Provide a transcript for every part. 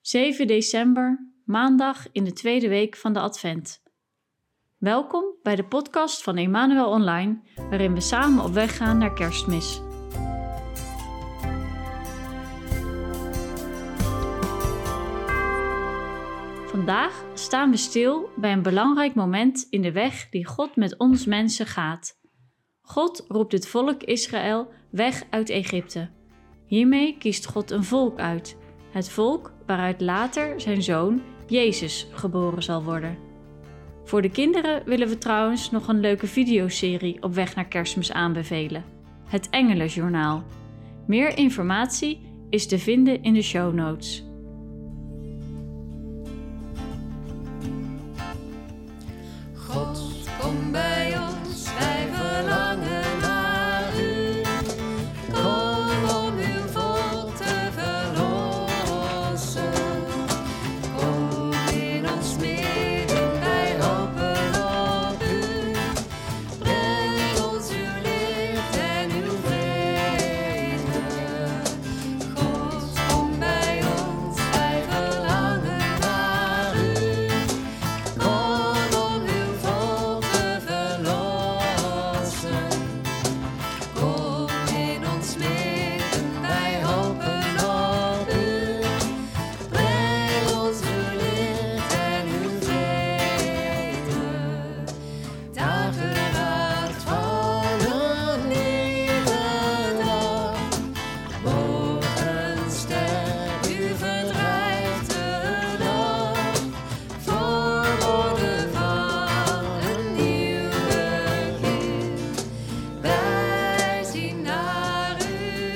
7 december, maandag in de tweede week van de Advent. Welkom bij de podcast van Emmanuel Online, waarin we samen op weg gaan naar Kerstmis. Vandaag staan we stil bij een belangrijk moment in de weg die God met ons mensen gaat. God roept het volk Israël weg uit Egypte. Hiermee kiest God een volk uit, het volk waaruit later zijn zoon Jezus geboren zal worden. Voor de kinderen willen we trouwens nog een leuke videoserie op weg naar Kerstmis aanbevelen. Het Engelenjournaal. Meer informatie is te vinden in de show notes. God, kom bij ons, wij verlangen naar u. Kom om uw volk te verlossen. Kom in ons midden, wij hopen op u. Breng ons uw licht en uw vrede. God, kom bij ons, wij verlangen naar u. Kom om uw volk te verlossen. Kom in ons midden, wij hopen op u. Breng ons uw licht en uw vrede. Dageraad van een nieuwe dag. Morgenster, u verdrijft de dag. Voorbode van een nieuw begin. Wij zien naar u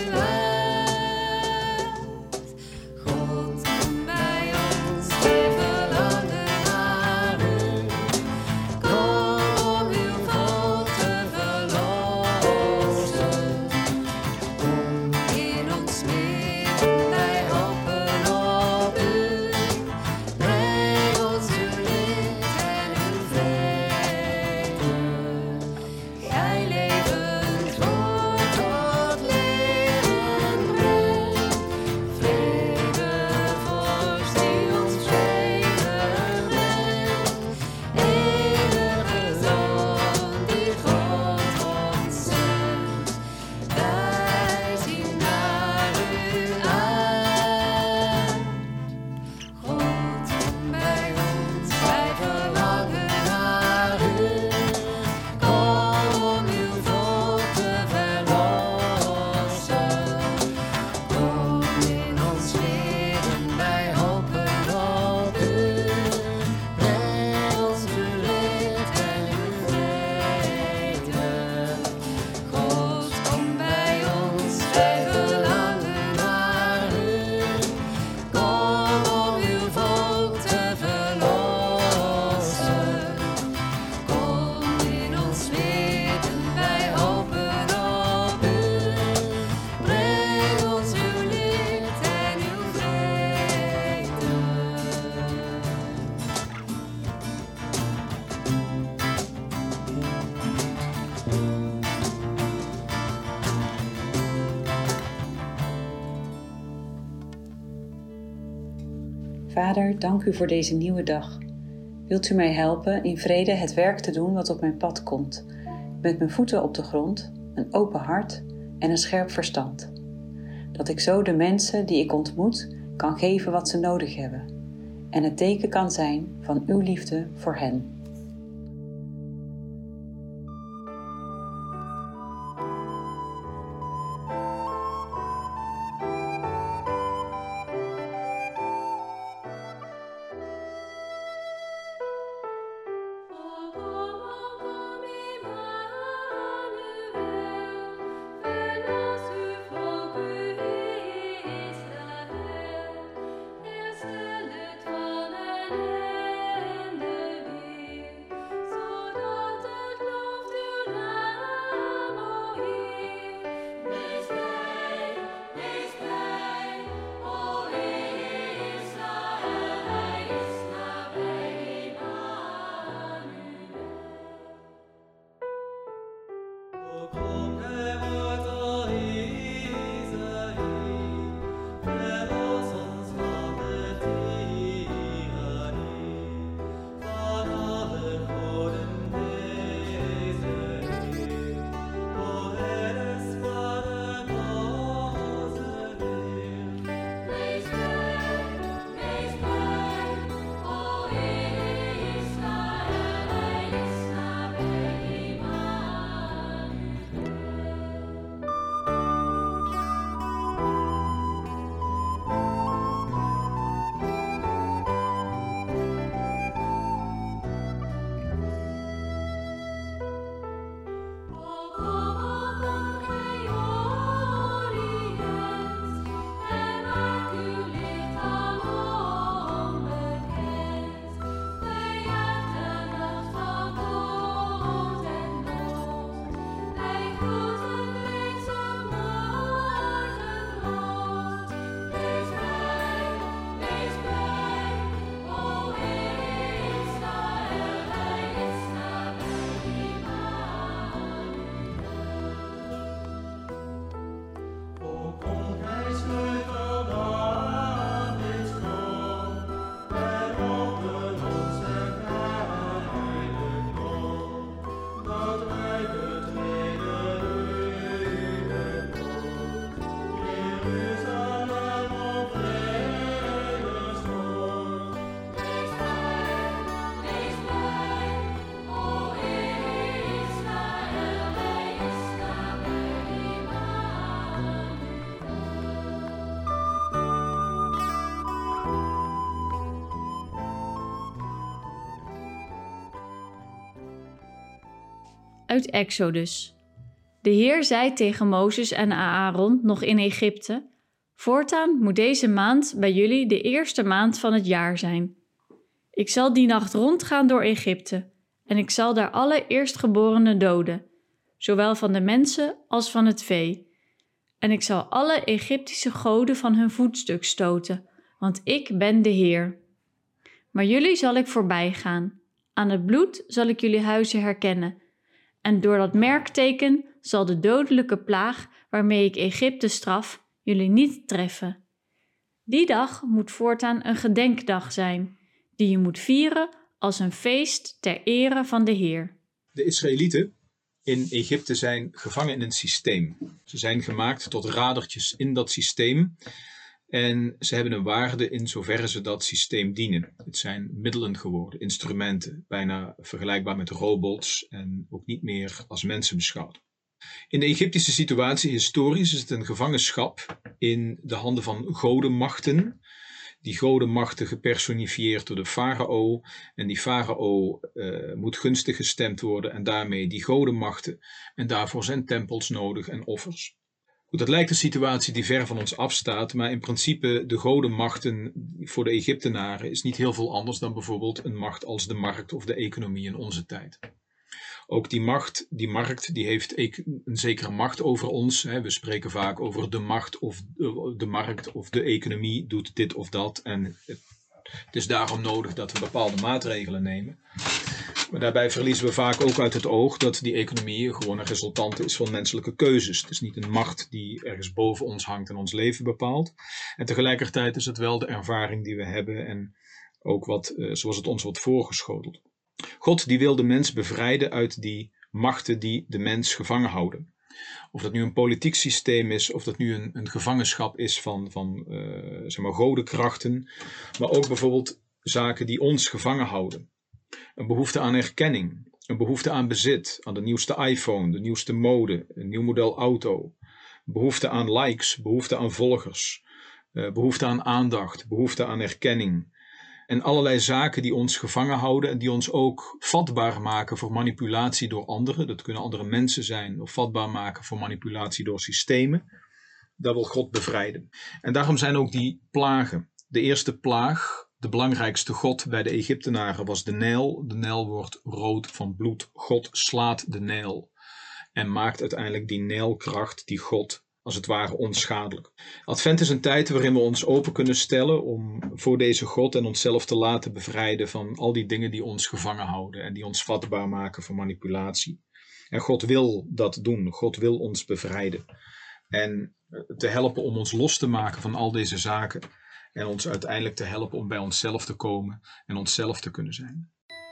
uit. God, kom bij ons, wij verlangen naar u. Kom om uw volk te verlossen. Kom in ons midden, wij hopen op u. Breng ons uw licht en uw vrede. Gij levend woord tot leven brengt. Vrede vorst die ons vrede brengt. Enige Zoon die God ons zendt. Wij zien naar u uit. God, kom bij ons, wij verlangen naar u. Kom om uw volk te verlossen. Kom in ons midden, wij hopen op u. Breng ons uw licht en uw vrede. God, kom bij ons, wij verlangen naar u. Kom om uw volk te verlossen. Kom in ons midden, wij hopen op u. Breng ons uw licht en uw vrede. Vader, dank u voor deze nieuwe dag. Wilt u mij helpen in vrede het werk te doen wat op mijn pad komt, met mijn voeten op de grond, een open hart en een scherp verstand. Dat ik zo de mensen die ik ontmoet kan geven wat ze nodig hebben en het teken kan zijn van uw liefde voor hen. Van een ende uit Exodus. De Heer zei tegen Mozes en Aaron nog in Egypte: voortaan moet deze maand bij jullie de eerste maand van het jaar zijn. Ik zal die nacht rondgaan door Egypte en ik zal daar alle eerstgeborenen doden, zowel van de mensen als van het vee. En ik zal alle Egyptische goden van hun voetstuk stoten, want ik ben de Heer. Maar jullie zal ik voorbij gaan. Aan het bloed zal ik jullie huizen herkennen. En door dat merkteken zal de dodelijke plaag waarmee ik Egypte straf jullie niet treffen. Die dag moet voortaan een gedenkdag zijn, die je moet vieren als een feest ter ere van de Heer. De Israëlieten in Egypte zijn gevangen in een systeem. Ze zijn gemaakt tot radertjes in dat systeem en ze hebben een waarde in zoverre ze dat systeem dienen. Het zijn middelen geworden, instrumenten, bijna vergelijkbaar met robots en ook niet meer als mensen beschouwd. In de Egyptische situatie historisch is het een gevangenschap in de handen van godenmachten. Die godenmachten gepersonifieerd door de farao. En die farao moet gunstig gestemd worden en daarmee die godenmachten. En daarvoor zijn tempels nodig en offers. Goed, dat lijkt een situatie die ver van ons afstaat, maar in principe de godenmachten voor de Egyptenaren is niet heel veel anders dan bijvoorbeeld een macht als de markt of de economie in onze tijd. Ook die markt, die heeft een zekere macht over ons. We spreken vaak over de macht of de markt of de economie doet dit of dat. En het is daarom nodig dat we bepaalde maatregelen nemen. Maar daarbij verliezen we vaak ook uit het oog dat die economie gewoon een resultante is van menselijke keuzes. Het is niet een macht die ergens boven ons hangt en ons leven bepaalt. En tegelijkertijd is het wel de ervaring die we hebben en ook zoals het ons wordt voorgeschoteld. God die wil de mens bevrijden uit die machten die de mens gevangen houden. Of dat nu een politiek systeem is, of dat nu een gevangenschap is van godenkrachten. Maar ook bijvoorbeeld zaken die ons gevangen houden. Een behoefte aan erkenning, een behoefte aan bezit, aan de nieuwste iPhone, de nieuwste mode, een nieuw model auto. Behoefte aan likes, behoefte aan volgers, behoefte aan aandacht, behoefte aan erkenning. En allerlei zaken die ons gevangen houden en die ons ook vatbaar maken voor manipulatie door anderen. Dat kunnen andere mensen zijn of vatbaar maken voor manipulatie door systemen. Daar wil God bevrijden. En daarom zijn ook die plagen. De eerste plaag, de belangrijkste god bij de Egyptenaren was de Nijl. De Nijl wordt rood van bloed. God slaat de Nijl en maakt uiteindelijk die Nijlkracht, die God, als het ware onschadelijk. Advent is een tijd waarin we ons open kunnen stellen om voor deze God en onszelf te laten bevrijden van al die dingen die ons gevangen houden en die ons vatbaar maken voor manipulatie. En God wil dat doen. God wil ons bevrijden. En te helpen om ons los te maken van al deze zaken en ons uiteindelijk te helpen om bij onszelf te komen en onszelf te kunnen zijn.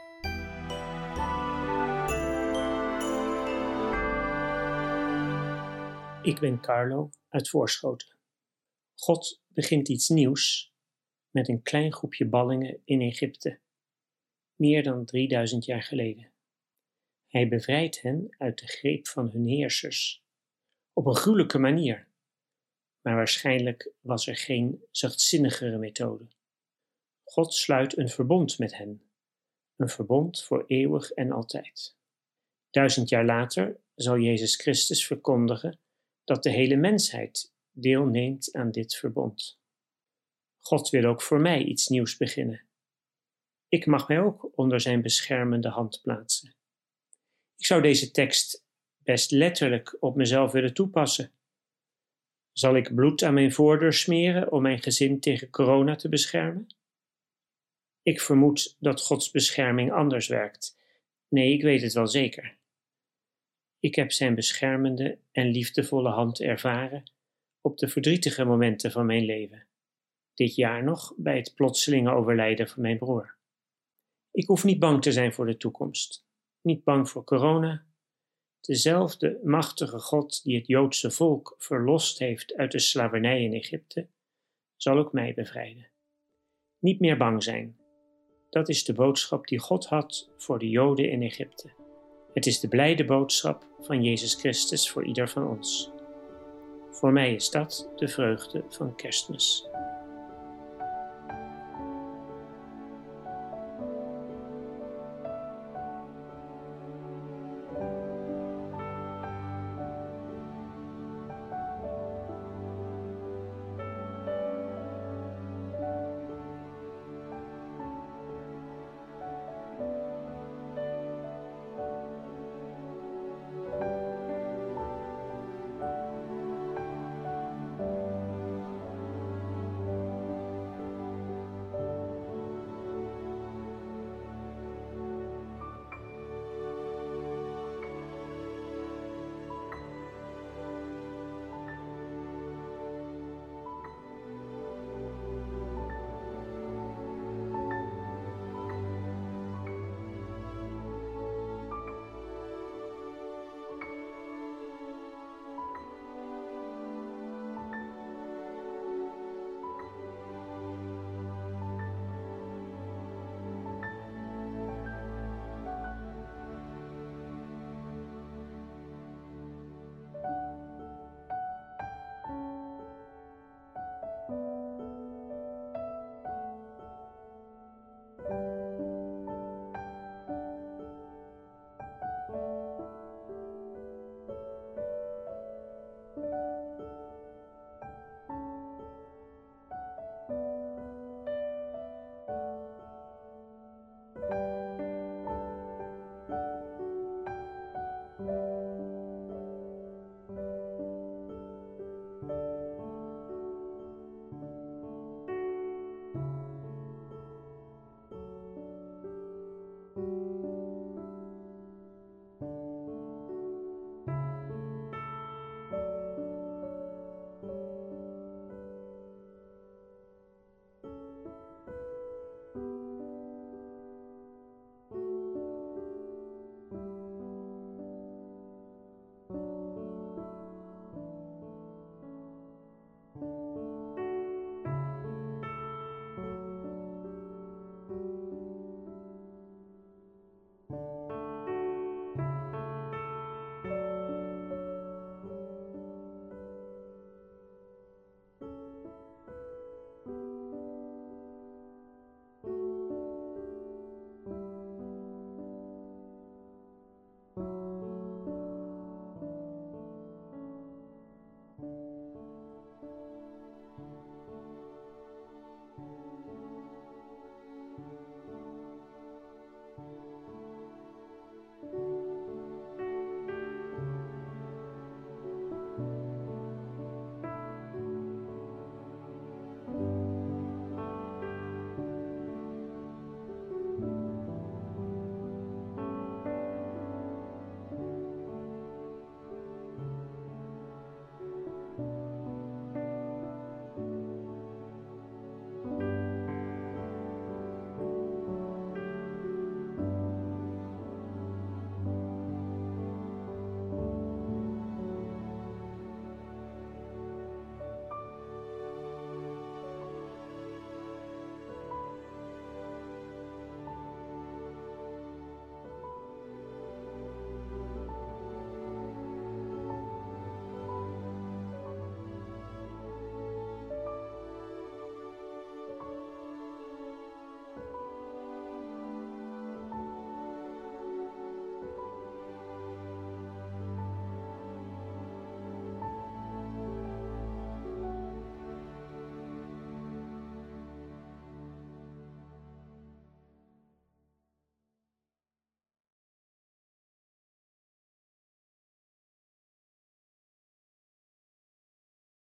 Ik ben Carlo uit Voorschoten. God begint iets nieuws met een klein groepje ballingen in Egypte, meer dan 3000 jaar geleden. Hij bevrijdt hen uit de greep van hun heersers, op een gruwelijke manier, maar waarschijnlijk was er geen zachtzinnigere methode. God sluit een verbond met hen, een verbond voor eeuwig en altijd. 1000 jaar later zal Jezus Christus verkondigen dat de hele mensheid deelneemt aan dit verbond. God wil ook voor mij iets nieuws beginnen. Ik mag mij ook onder zijn beschermende hand plaatsen. Ik zou deze tekst best letterlijk op mezelf willen toepassen. Zal ik bloed aan mijn voordeur smeren om mijn gezin tegen corona te beschermen? Ik vermoed dat Gods bescherming anders werkt. Nee, ik weet het wel zeker. Ik heb zijn beschermende en liefdevolle hand ervaren op de verdrietige momenten van mijn leven. Dit jaar nog bij het plotselinge overlijden van mijn broer. Ik hoef niet bang te zijn voor de toekomst. Niet bang voor corona. Dezelfde machtige God die het Joodse volk verlost heeft uit de slavernij in Egypte, zal ook mij bevrijden. Niet meer bang zijn. Dat is de boodschap die God had voor de Joden in Egypte. Het is de blijde boodschap van Jezus Christus voor ieder van ons. Voor mij is dat de vreugde van Kerstmis.